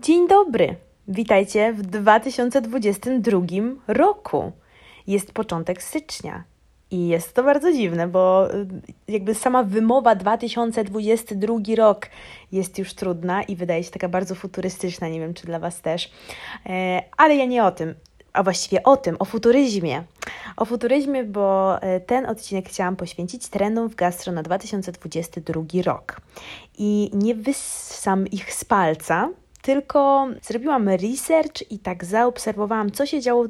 Dzień dobry, witajcie w 2022 roku. Jest początek stycznia i jest to bardzo dziwne, bo jakby sama wymowa 2022 rok jest już trudna i wydaje się taka bardzo futurystyczna, nie wiem czy dla Was też, ale ja nie o tym, a właściwie o futuryzmie. O futuryzmie, bo ten odcinek chciałam poświęcić trendom w gastro na 2022 rok. I nie wyssam ich z palca, tylko zrobiłam research i tak zaobserwowałam, co się działo w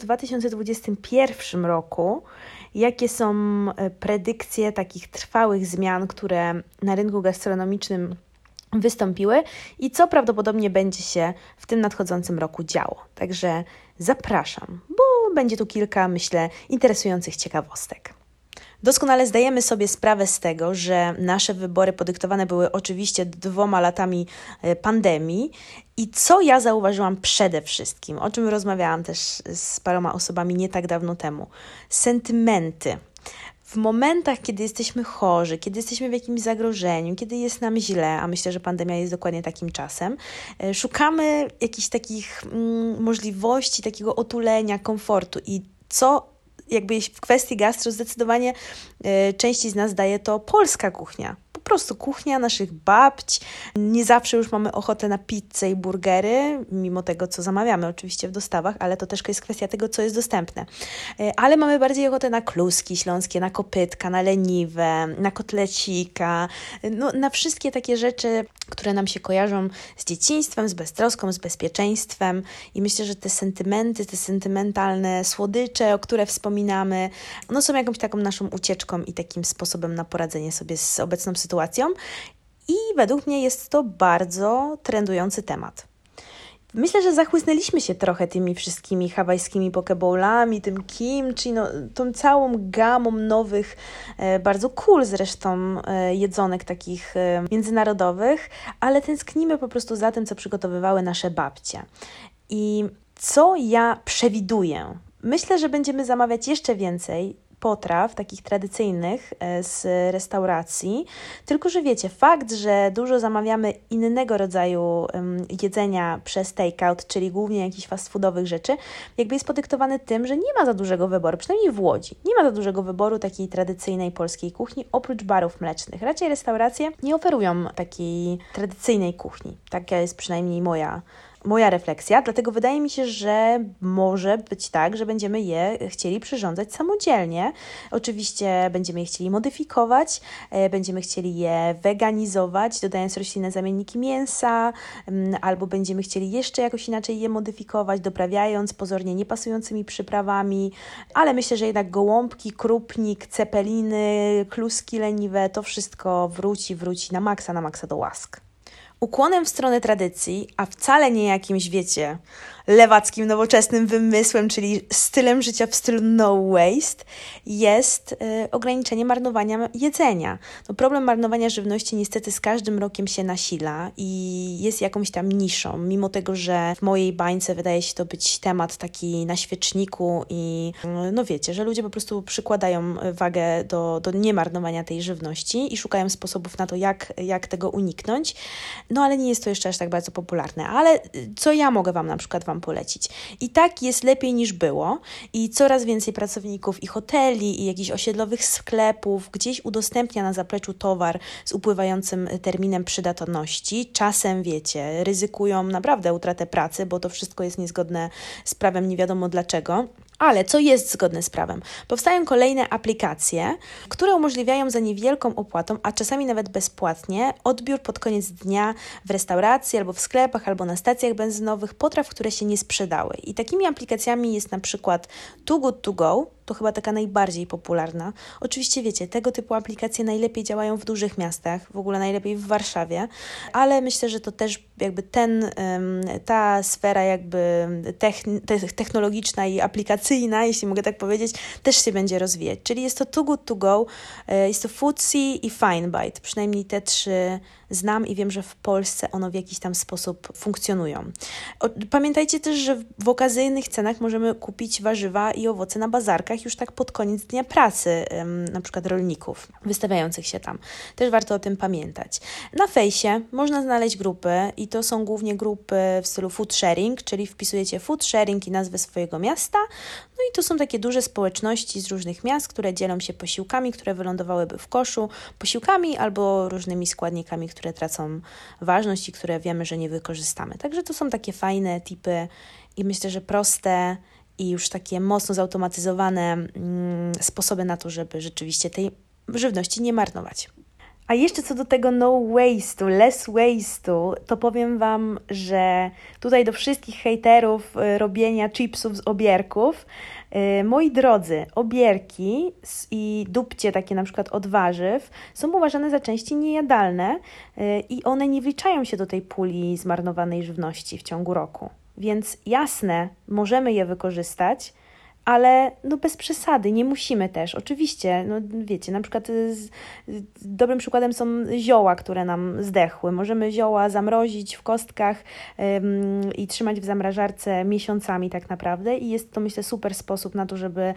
2021 roku, jakie są predykcje takich trwałych zmian, które na rynku gastronomicznym wystąpiły i co prawdopodobnie będzie się w tym nadchodzącym roku działo. Także zapraszam, bo będzie tu kilka, myślę, interesujących ciekawostek. Doskonale zdajemy sobie sprawę z tego, że nasze wybory podyktowane były oczywiście 2 latami pandemii i co ja zauważyłam przede wszystkim, o czym rozmawiałam też z paroma osobami nie tak dawno temu. Sentymenty. W momentach, kiedy jesteśmy chorzy, kiedy jesteśmy w jakimś zagrożeniu, kiedy jest nam źle, a myślę, że pandemia jest dokładnie takim czasem, szukamy jakichś takich możliwości, takiego otulenia, komfortu i co jakby w kwestii gastro zdecydowanie części z nas daje to polska kuchnia. Po prostu kuchnia naszych babć. Nie zawsze już mamy ochotę na pizzę i burgery, mimo tego, co zamawiamy oczywiście w dostawach, ale to też jest kwestia tego, co jest dostępne. Ale mamy bardziej ochotę na kluski śląskie, na kopytka, na leniwe, na kotlecika, na wszystkie takie rzeczy, które nam się kojarzą z dzieciństwem, z beztroską, z bezpieczeństwem i myślę, że te sentymenty, te sentymentalne słodycze, o które wspominamy, są jakąś taką naszą ucieczką i takim sposobem na poradzenie sobie z obecną sytuacją i według mnie jest to bardzo trendujący temat. Myślę, że zachłysnęliśmy się trochę tymi wszystkimi hawajskimi pokeballami, tym kimchi, tą całą gamą nowych, bardzo cool zresztą jedzonek takich międzynarodowych, ale tęsknimy po prostu za tym, co przygotowywały nasze babcie. I co ja przewiduję? Myślę, że będziemy zamawiać jeszcze więcej potraw takich tradycyjnych z restauracji, tylko że wiecie, fakt, że dużo zamawiamy innego rodzaju jedzenia przez take-out, czyli głównie jakichś fast foodowych rzeczy, jakby jest podyktowany tym, że nie ma za dużego wyboru, przynajmniej w Łodzi, nie ma za dużego wyboru takiej tradycyjnej polskiej kuchni, oprócz barów mlecznych. Raczej restauracje nie oferują takiej tradycyjnej kuchni. Taka jest przynajmniej moja refleksja, dlatego wydaje mi się, że może być tak, że będziemy je chcieli przyrządzać samodzielnie. Oczywiście będziemy je chcieli modyfikować, będziemy chcieli je weganizować, dodając roślinne zamienniki mięsa, albo będziemy chcieli jeszcze jakoś inaczej je modyfikować, doprawiając pozornie niepasującymi przyprawami, ale myślę, że jednak gołąbki, krupnik, cepeliny, kluski leniwe, to wszystko wróci na maksa do łask. Ukłonem w stronę tradycji, a wcale nie jakimś, wiecie, lewackim, nowoczesnym wymysłem, czyli stylem życia w stylu no waste, jest ograniczenie marnowania jedzenia. Problem marnowania żywności niestety z każdym rokiem się nasila i jest jakąś tam niszą, mimo tego, że w mojej bańce wydaje się to być temat taki na świeczniku i wiecie, że ludzie po prostu przykładają wagę do niemarnowania tej żywności i szukają sposobów na to, jak tego uniknąć. Ale nie jest to jeszcze aż tak bardzo popularne. Ale co ja mogę Wam na przykład polecić? I tak jest lepiej niż było i coraz więcej pracowników i hoteli, i jakichś osiedlowych sklepów gdzieś udostępnia na zapleczu towar z upływającym terminem przydatności. Czasem, wiecie, ryzykują naprawdę utratę pracy, bo to wszystko jest niezgodne z prawem, nie wiadomo dlaczego. Ale co jest zgodne z prawem? Powstają kolejne aplikacje, które umożliwiają za niewielką opłatą, a czasami nawet bezpłatnie, odbiór pod koniec dnia w restauracji, albo w sklepach, albo na stacjach benzynowych potraw, które się nie sprzedały. I takimi aplikacjami jest na przykład Too Good To Go, to chyba taka najbardziej popularna. Oczywiście wiecie, tego typu aplikacje najlepiej działają w dużych miastach, w ogóle najlepiej w Warszawie, ale myślę, że to też jakby ta sfera jakby technologiczna i aplikacyjna, jeśli mogę tak powiedzieć, też się będzie rozwijać. Czyli jest to Too Good To Go, jest to Foodsie i Finebite, przynajmniej te 3 znam i wiem, że w Polsce one w jakiś tam sposób funkcjonują. Pamiętajcie też, że w okazyjnych cenach możemy kupić warzywa i owoce na bazarkach już tak pod koniec dnia pracy, na przykład rolników wystawiających się tam. Też warto o tym pamiętać. Na fejsie można znaleźć grupy i to są głównie grupy w stylu food sharing, czyli wpisujecie food sharing i nazwę swojego miasta. No i to są takie duże społeczności z różnych miast, które dzielą się posiłkami, które wylądowałyby w koszu, posiłkami albo różnymi składnikami, które tracą ważność i które wiemy, że nie wykorzystamy. Także to są takie fajne tipy i myślę, że proste i już takie mocno zautomatyzowane sposoby na to, żeby rzeczywiście tej żywności nie marnować. A jeszcze co do tego no waste'u, less waste'u, to powiem Wam, że tutaj do wszystkich hejterów robienia chipsów z obierków, moi drodzy, obierki i dupcie takie na przykład od warzyw są uważane za części niejadalne i one nie wliczają się do tej puli zmarnowanej żywności w ciągu roku. Więc jasne, możemy je wykorzystać, ale no bez przesady, nie musimy też. Oczywiście, no wiecie, na przykład dobrym przykładem są zioła, które nam zdechły. Możemy zioła zamrozić w kostkach i trzymać w zamrażarce miesiącami tak naprawdę i jest to, myślę, super sposób na to,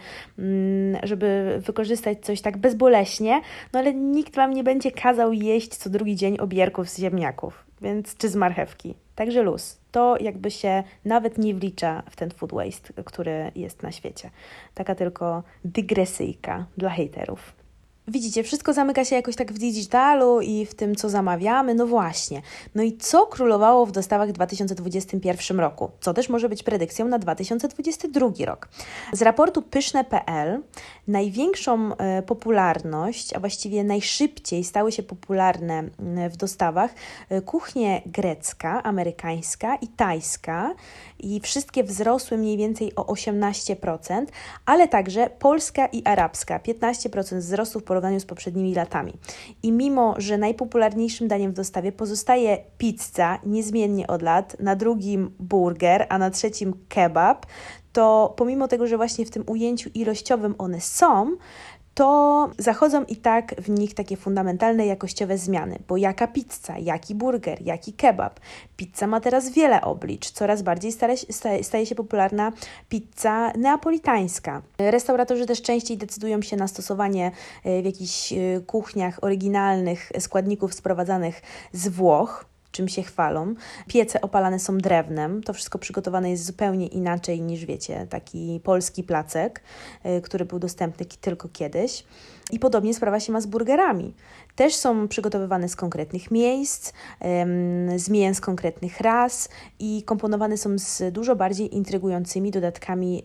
żeby wykorzystać coś tak bezboleśnie, no ale nikt Wam nie będzie kazał jeść co drugi dzień obierków z ziemniaków, więc czy z marchewki. Także luz. To jakby się nawet nie wlicza w ten food waste, który jest na świecie. Taka tylko dygresyjka dla hejterów. Widzicie, wszystko zamyka się jakoś tak w digitalu i w tym, co zamawiamy. No właśnie. No i co królowało w dostawach w 2021 roku? Co też może być predykcją na 2022 rok. Z raportu pyszne.pl największą popularność, a właściwie najszybciej stały się popularne w dostawach kuchnie grecka, amerykańska i tajska i wszystkie wzrosły mniej więcej o 18%, ale także polska i arabska, 15% wzrostu w porównaniu z poprzednimi latami. I mimo, że najpopularniejszym daniem w dostawie pozostaje pizza, niezmiennie od lat, na drugim burger, a na trzecim kebab, to pomimo tego, że właśnie w tym ujęciu ilościowym one są, to zachodzą i tak w nich takie fundamentalne jakościowe zmiany, bo jaka pizza, jaki burger, jaki kebab. Pizza ma teraz wiele oblicz, coraz bardziej staje się popularna pizza neapolitańska. Restauratorzy też częściej decydują się na stosowanie w jakichś kuchniach oryginalnych składników sprowadzanych z Włoch, czym się chwalą. Piece opalane są drewnem. To wszystko przygotowane jest zupełnie inaczej niż, wiecie, taki polski placek, który był dostępny tylko kiedyś. I podobnie sprawa się ma z burgerami. Też są przygotowywane z konkretnych miejsc, z mięs konkretnych ras i komponowane są z dużo bardziej intrygującymi dodatkami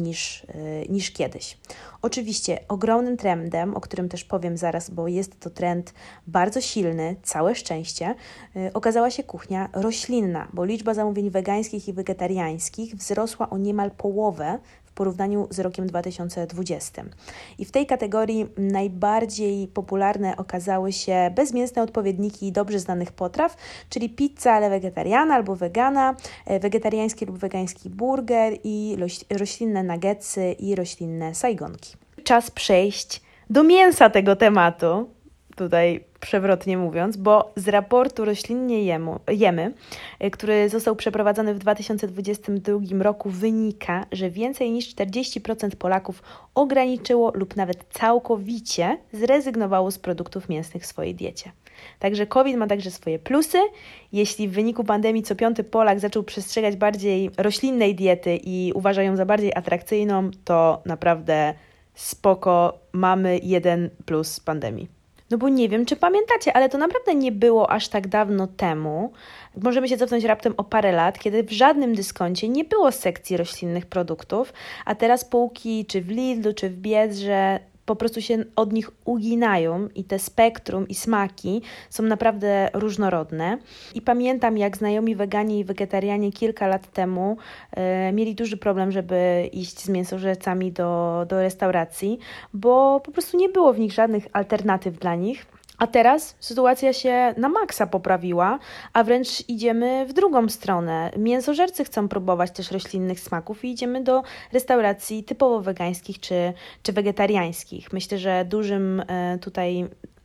niż kiedyś. Oczywiście ogromnym trendem, o którym też powiem zaraz, bo jest to trend bardzo silny, całe szczęście, okazała się kuchnia roślinna, bo liczba zamówień wegańskich i wegetariańskich wzrosła o niemal połowę w porównaniu z rokiem 2020. I w tej kategorii najbardziej popularne okazały się bezmięsne odpowiedniki dobrze znanych potraw, czyli pizza ale wegetariana albo wegana, wegetariański lub wegański burger i roślinne nuggetsy i roślinne sajgonki. Czas przejść do mięsa tego tematu, tutaj przewrotnie mówiąc, bo z raportu Roślinnie jemy, który został przeprowadzony w 2022 roku, wynika, że więcej niż 40% Polaków ograniczyło lub nawet całkowicie zrezygnowało z produktów mięsnych w swojej diecie. Także COVID ma także swoje plusy. Jeśli w wyniku pandemii co piąty Polak zaczął przestrzegać bardziej roślinnej diety i uważa ją za bardziej atrakcyjną, to naprawdę spoko, mamy jeden plus pandemii. No bo nie wiem, czy pamiętacie, ale to naprawdę nie było aż tak dawno temu. Możemy się cofnąć raptem o parę lat, kiedy w żadnym dyskoncie nie było sekcji roślinnych produktów, a teraz półki czy w Lidlu, czy w Biedrze po prostu się od nich uginają i te spektrum i smaki są naprawdę różnorodne. I pamiętam, jak znajomi weganie i wegetarianie kilka lat temu mieli duży problem, żeby iść z mięsożercami do restauracji, bo po prostu nie było w nich żadnych alternatyw dla nich. A teraz sytuacja się na maksa poprawiła, a wręcz idziemy w drugą stronę. Mięsożercy chcą próbować też roślinnych smaków i idziemy do restauracji typowo wegańskich czy wegetariańskich. Myślę, że dużym tutaj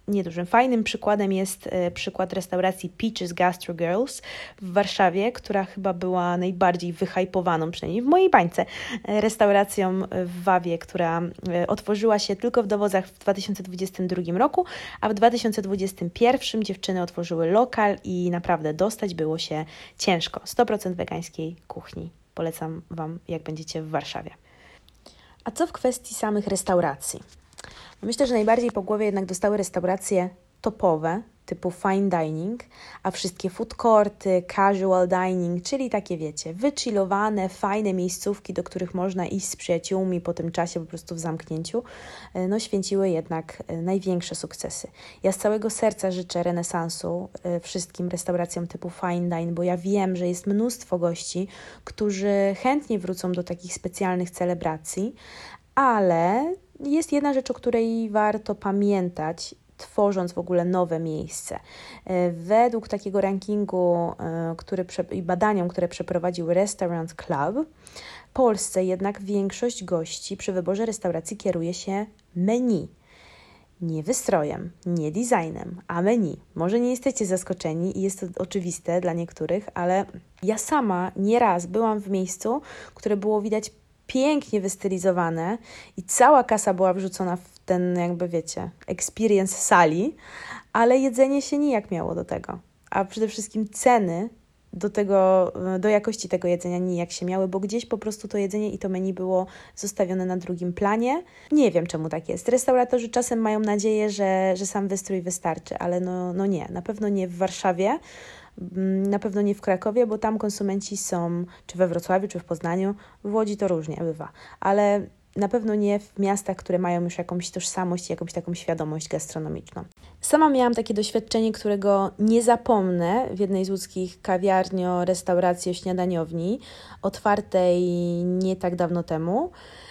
niedużym. Fajnym przykładem jest przykład restauracji Peaches Gastro Girls w Warszawie, która chyba była najbardziej wyhypowaną, przynajmniej w mojej bańce, restauracją w Wawie, która otworzyła się tylko w Dowozach w 2022 roku, a w 2021 dziewczyny otworzyły lokal i naprawdę dostać było się ciężko. 100% wegańskiej kuchni. Polecam Wam, jak będziecie w Warszawie. A co w kwestii samych restauracji? Myślę, że najbardziej po głowie jednak dostały restauracje topowe, typu fine dining, a wszystkie food courty, casual dining, czyli takie wiecie, wychillowane, fajne miejscówki, do których można iść z przyjaciółmi po tym czasie po prostu w zamknięciu, no święciły jednak największe sukcesy. Ja z całego serca życzę renesansu wszystkim restauracjom typu fine dine, bo ja wiem, że jest mnóstwo gości, którzy chętnie wrócą do takich specjalnych celebracji, ale jest jedna rzecz, o której warto pamiętać, tworząc w ogóle nowe miejsce. Według takiego rankingu i badaniom, które przeprowadził Restaurant Club, w Polsce jednak większość gości przy wyborze restauracji kieruje się menu. Nie wystrojem, nie designem, a menu. Może nie jesteście zaskoczeni i jest to oczywiste dla niektórych, ale ja sama nieraz byłam w miejscu, które było widać pięknie wystylizowane i cała kasa była wrzucona w ten, jakby wiecie, experience sali, ale jedzenie się nijak miało do tego. A przede wszystkim ceny do jakości tego jedzenia nijak się miały, bo gdzieś po prostu to jedzenie i to menu było zostawione na drugim planie. Nie wiem, czemu tak jest. Restauratorzy czasem mają nadzieję, że sam wystrój wystarczy, ale no nie, na pewno nie w Warszawie, na pewno nie w Krakowie, bo tam konsumenci są, czy we Wrocławiu, czy w Poznaniu, w Łodzi to różnie bywa, ale na pewno nie w miastach, które mają już jakąś tożsamość, jakąś taką świadomość gastronomiczną. Sama miałam takie doświadczenie, którego nie zapomnę w jednej z łódzkich restauracji, śniadaniowni, otwartej nie tak dawno temu,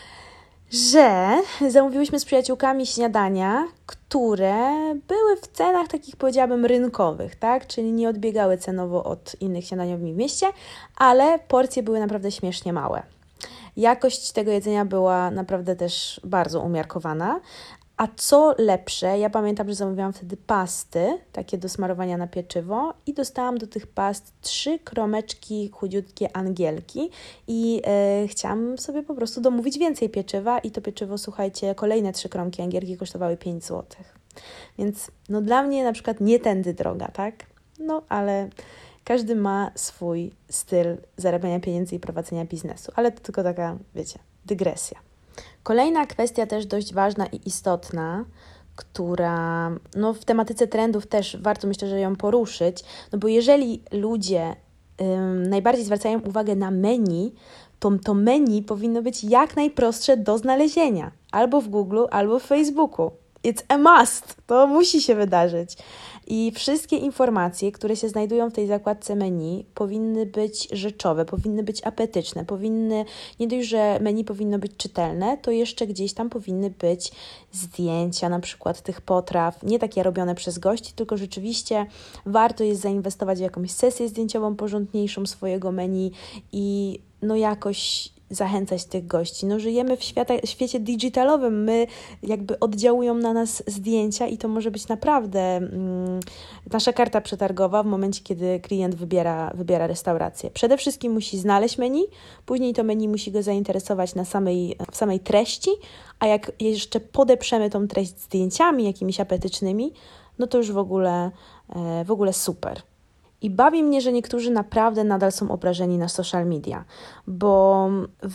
że zamówiłyśmy z przyjaciółkami śniadania, które były w cenach takich, powiedziałabym, rynkowych, tak? Czyli nie odbiegały cenowo od innych śniadaniowni w mieście, ale porcje były naprawdę śmiesznie małe. Jakość tego jedzenia była naprawdę też bardzo umiarkowana. A co lepsze, ja pamiętam, że zamówiłam wtedy pasty, takie do smarowania na pieczywo i dostałam do tych past 3 kromeczki chudziutkie angielki i chciałam sobie po prostu domówić więcej pieczywa i to pieczywo, słuchajcie, kolejne 3 kromki angielki kosztowały 5 zł. Więc no dla mnie na przykład nie tędy droga, tak? No ale każdy ma swój styl zarabiania pieniędzy i prowadzenia biznesu, ale to tylko taka, wiecie, dygresja. Kolejna kwestia też dość ważna i istotna, która no, w tematyce trendów też warto, myślę, że ją poruszyć, no bo jeżeli ludzie najbardziej zwracają uwagę na menu, to menu powinno być jak najprostsze do znalezienia, albo w Google, albo w Facebooku. It's a must, to musi się wydarzyć. I wszystkie informacje, które się znajdują w tej zakładce menu, powinny być rzeczowe, powinny być apetyczne, nie dość, że menu powinno być czytelne, to jeszcze gdzieś tam powinny być zdjęcia na przykład tych potraw, nie takie robione przez gości, tylko rzeczywiście warto jest zainwestować w jakąś sesję zdjęciową porządniejszą swojego menu i no jakoś zachęcać tych gości. No żyjemy w świecie digitalowym, my jakby oddziałują na nas zdjęcia i to może być naprawdę nasza karta przetargowa w momencie, kiedy klient wybiera restaurację. Przede wszystkim musi znaleźć menu, później to menu musi go zainteresować w samej treści, a jak jeszcze podeprzemy tą treść zdjęciami jakimiś apetycznymi, no to już w ogóle super. I bawi mnie, że niektórzy naprawdę nadal są obrażeni na social media, bo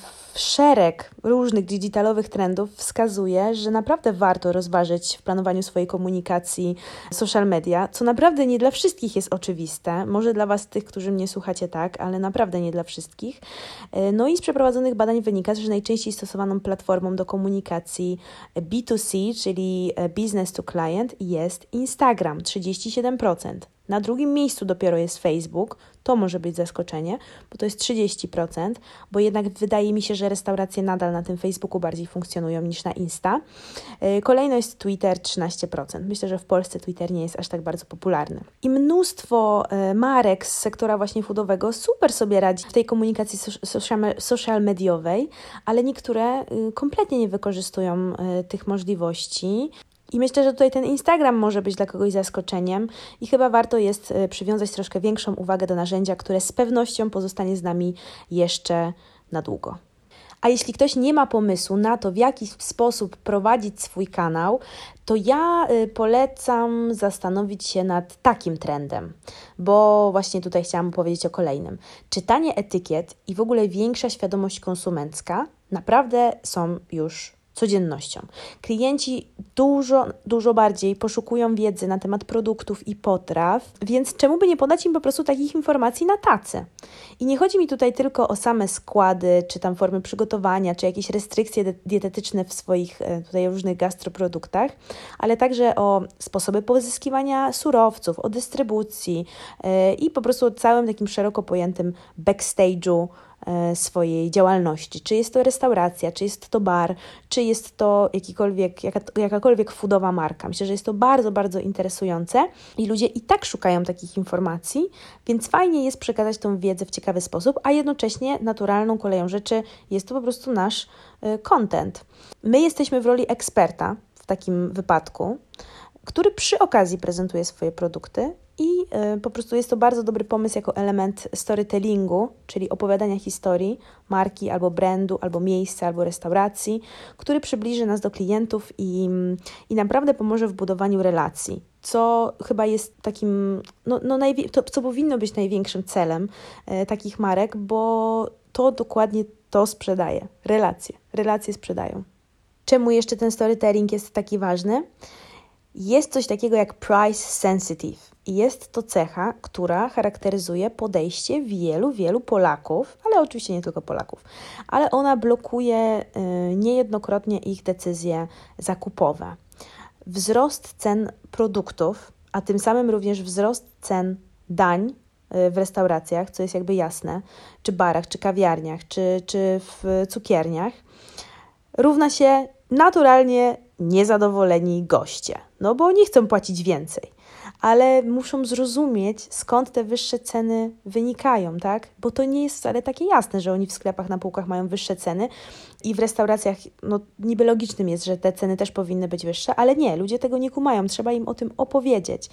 szereg różnych digitalowych trendów wskazuje, że naprawdę warto rozważyć w planowaniu swojej komunikacji social media, co naprawdę nie dla wszystkich jest oczywiste. Może dla Was, tych, którzy mnie słuchacie, tak, ale naprawdę nie dla wszystkich. No i z przeprowadzonych badań wynika, że najczęściej stosowaną platformą do komunikacji B2C, czyli business to client, jest Instagram, 37%. Na drugim miejscu dopiero jest Facebook, to może być zaskoczenie, bo to jest 30%, bo jednak wydaje mi się, że restauracje nadal na tym Facebooku bardziej funkcjonują niż na Insta. Kolejno jest Twitter, 13%. Myślę, że w Polsce Twitter nie jest aż tak bardzo popularny. I mnóstwo marek z sektora właśnie foodowego super sobie radzi w tej komunikacji social mediowej, ale niektóre kompletnie nie wykorzystują tych możliwości. I myślę, że tutaj ten Instagram może być dla kogoś zaskoczeniem i chyba warto jest przywiązać troszkę większą uwagę do narzędzia, które z pewnością pozostanie z nami jeszcze na długo. A jeśli ktoś nie ma pomysłu na to, w jaki sposób prowadzić swój kanał, to ja polecam zastanowić się nad takim trendem, bo właśnie tutaj chciałam powiedzieć o kolejnym. Czytanie etykiet i w ogóle większa świadomość konsumencka naprawdę są już codziennością. Klienci dużo bardziej poszukują wiedzy na temat produktów i potraw, więc czemu by nie podać im po prostu takich informacji na tacy? I nie chodzi mi tutaj tylko o same składy, czy tam formy przygotowania, czy jakieś restrykcje dietetyczne w swoich tutaj różnych gastroproduktach, ale także o sposoby pozyskiwania surowców, o dystrybucji i po prostu o całym takim szeroko pojętym backstage'u swojej działalności. Czy jest to restauracja, czy jest to bar, czy jest to jakakolwiek foodowa marka. Myślę, że jest to bardzo, bardzo interesujące i ludzie i tak szukają takich informacji, więc fajnie jest przekazać tą wiedzę w ciekawy sposób, a jednocześnie naturalną koleją rzeczy jest to po prostu nasz content. My jesteśmy w roli eksperta w takim wypadku, który przy okazji prezentuje swoje produkty i po prostu jest to bardzo dobry pomysł jako element storytellingu, czyli opowiadania historii marki albo brandu, albo miejsca, albo restauracji, który przybliży nas do klientów i naprawdę pomoże w budowaniu relacji, co chyba jest takim, co powinno być największym celem takich marek, bo to dokładnie to sprzedaje. Relacje sprzedają. Czemu jeszcze ten storytelling jest taki ważny? Jest coś takiego jak price sensitive i jest to cecha, która charakteryzuje podejście wielu Polaków, ale oczywiście nie tylko Polaków, ale ona blokuje niejednokrotnie ich decyzje zakupowe. Wzrost cen produktów, a tym samym również wzrost cen dań w restauracjach, co jest jakby jasne, czy barach, czy kawiarniach, czy w cukierniach, równa się naturalnie niezadowoleni goście, no bo nie chcą płacić więcej, ale muszą zrozumieć, skąd te wyższe ceny wynikają, tak? Bo to nie jest wcale takie jasne, że oni w sklepach na półkach mają wyższe ceny i w restauracjach, no niby logicznym jest, że te ceny też powinny być wyższe, ale nie, ludzie tego nie kumają, trzeba im o tym opowiedzieć.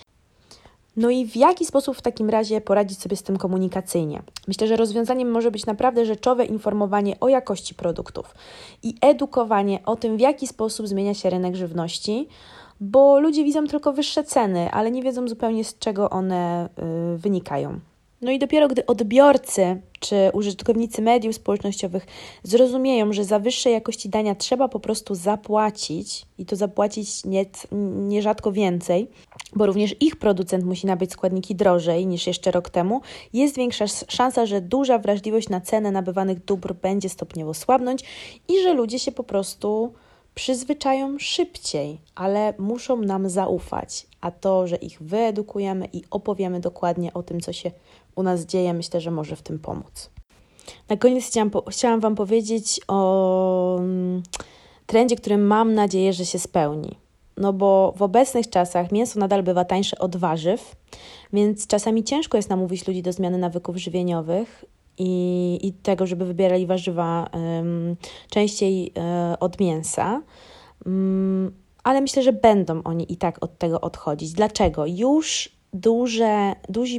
No i w jaki sposób w takim razie poradzić sobie z tym komunikacyjnie? Myślę, że rozwiązaniem może być naprawdę rzeczowe informowanie o jakości produktów i edukowanie o tym, w jaki sposób zmienia się rynek żywności, bo ludzie widzą tylko wyższe ceny, ale nie wiedzą zupełnie, z czego one wynikają. No i dopiero gdy odbiorcy czy użytkownicy mediów społecznościowych zrozumieją, że za wyższej jakości dania trzeba po prostu zapłacić i to zapłacić nierzadko więcej, bo również ich producent musi nabyć składniki drożej niż jeszcze rok temu, jest większa szansa, że duża wrażliwość na cenę nabywanych dóbr będzie stopniowo słabnąć i że ludzie się po prostu przyzwyczają szybciej, ale muszą nam zaufać, a to, że ich wyedukujemy i opowiemy dokładnie o tym, co się u nas dzieje, myślę, że może w tym pomóc. Na koniec chciałam Wam powiedzieć o trendzie, który mam nadzieję, że się spełni. No bo w obecnych czasach mięso nadal bywa tańsze od warzyw, więc czasami ciężko jest namówić ludzi do zmiany nawyków żywieniowych i tego, żeby wybierali warzywa częściej od mięsa. Ale myślę, że będą oni i tak od tego odchodzić. Dlaczego? Już duzi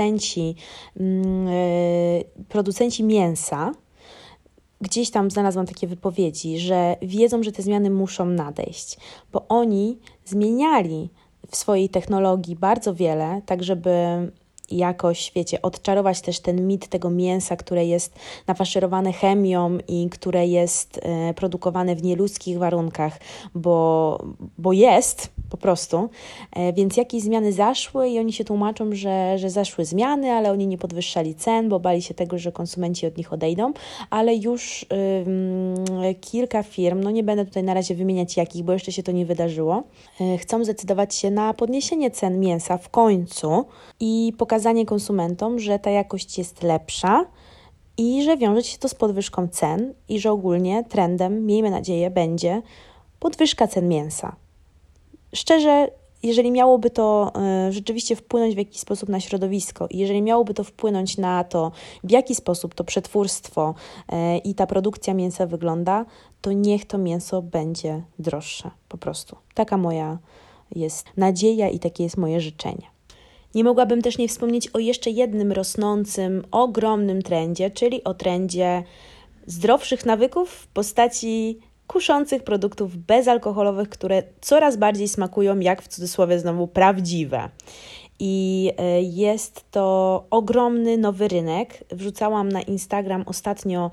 producenci mięsa, gdzieś tam znalazłam takie wypowiedzi, że wiedzą, że te zmiany muszą nadejść, bo oni zmieniali w swojej technologii bardzo wiele, tak żeby jakoś, odczarować też ten mit tego mięsa, które jest nafaszerowane chemią i które jest produkowane w nieludzkich warunkach, bo jest po prostu. Więc jakieś zmiany zaszły i oni się tłumaczą, że zaszły zmiany, ale oni nie podwyższali cen, bo bali się tego, że konsumenci od nich odejdą, ale już kilka firm, no nie będę tutaj na razie wymieniać jakich, bo jeszcze się to nie wydarzyło, chcą zdecydować się na podniesienie cen mięsa w końcu i pokazanie konsumentom, że ta jakość jest lepsza i że wiąże się to z podwyżką cen i że ogólnie trendem, miejmy nadzieję, będzie podwyżka cen mięsa. Szczerze, jeżeli miałoby to rzeczywiście wpłynąć w jakiś sposób na środowisko i jeżeli miałoby to wpłynąć na to, w jaki sposób to przetwórstwo i ta produkcja mięsa wygląda, to niech to mięso będzie droższe, po prostu. Taka moja jest nadzieja i takie jest moje życzenie. Nie mogłabym też nie wspomnieć o jeszcze jednym rosnącym, ogromnym trendzie, czyli o trendzie zdrowszych nawyków w postaci kuszących produktów bezalkoholowych, które coraz bardziej smakują jak w cudzysłowie znowu prawdziwe. I jest to ogromny nowy rynek. Wrzucałam na Instagram ostatnio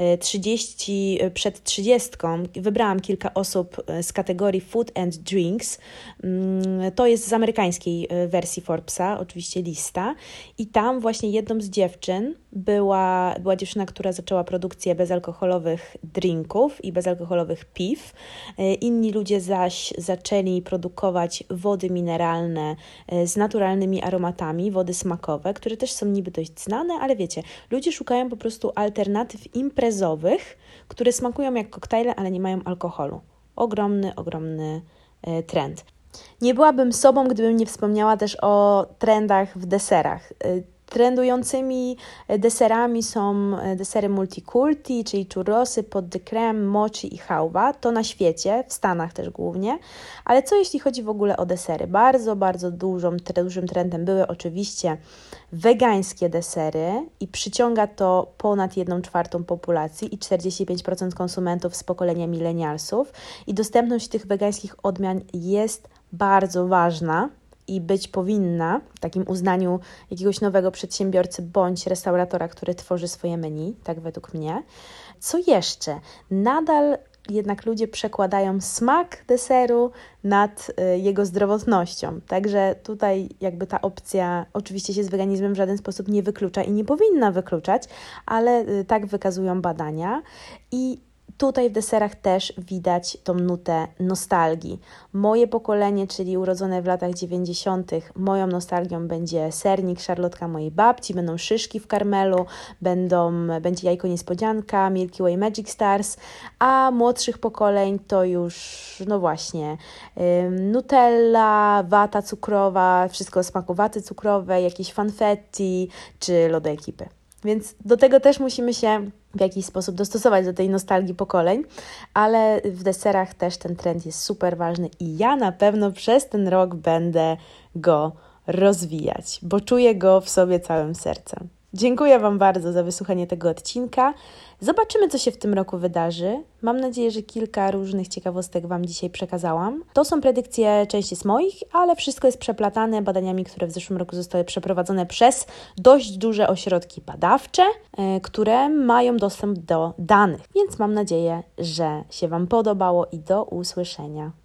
30 przed 30. Wybrałam kilka osób z kategorii Food and Drinks. To jest z amerykańskiej wersji Forbesa, oczywiście lista. I tam właśnie jedną z dziewczyn była dziewczyna, która zaczęła produkcję bezalkoholowych drinków i bezalkoholowych piw. Inni ludzie zaś zaczęli produkować wody mineralne z naturalnymi aromatami, wody smakowe, które też są niby dość znane, ale wiecie, ludzie szukają po prostu alternatyw imprezowych, które smakują jak koktajle, ale nie mają alkoholu. Ogromny trend. Nie byłabym sobą, gdybym nie wspomniała też o trendach w deserach. Trendującymi deserami są desery multikulti, czyli churrosy, pot de crème, mochi i chałwa. To na świecie, w Stanach też głównie. Ale co jeśli chodzi w ogóle o desery? Bardzo dużym trendem były oczywiście wegańskie desery i przyciąga to ponad 1/4 populacji i 45% konsumentów z pokolenia milenialsów. I dostępność tych wegańskich odmian jest bardzo ważna i być powinna w takim uznaniu jakiegoś nowego przedsiębiorcy bądź restauratora, który tworzy swoje menu, tak według mnie. Co jeszcze? Nadal jednak ludzie przekładają smak deseru nad jego zdrowotnością. Także tutaj jakby ta opcja oczywiście się z weganizmem w żaden sposób nie wyklucza i nie powinna wykluczać, ale tak wykazują badania. I tutaj w deserach też widać tą nutę nostalgii. Moje pokolenie, czyli urodzone w latach 90., moją nostalgią będzie sernik, szarlotka mojej babci, będą szyszki w karmelu, będzie jajko niespodzianka, Milky Way Magic Stars, a młodszych pokoleń to już, no właśnie, Nutella, wata cukrowa, wszystko o smaku waty cukrowej, jakieś fanfetti czy lody ekipy. Więc do tego też musimy się w jakiś sposób dostosować do tej nostalgii pokoleń, ale w deserach też ten trend jest super ważny i ja na pewno przez ten rok będę go rozwijać, bo czuję go w sobie całym sercem. Dziękuję Wam bardzo za wysłuchanie tego odcinka. Zobaczymy, co się w tym roku wydarzy. Mam nadzieję, że kilka różnych ciekawostek Wam dzisiaj przekazałam. To są predykcje części z moich, ale wszystko jest przeplatane badaniami, które w zeszłym roku zostały przeprowadzone przez dość duże ośrodki badawcze, które mają dostęp do danych. Więc mam nadzieję, że się Wam podobało i do usłyszenia.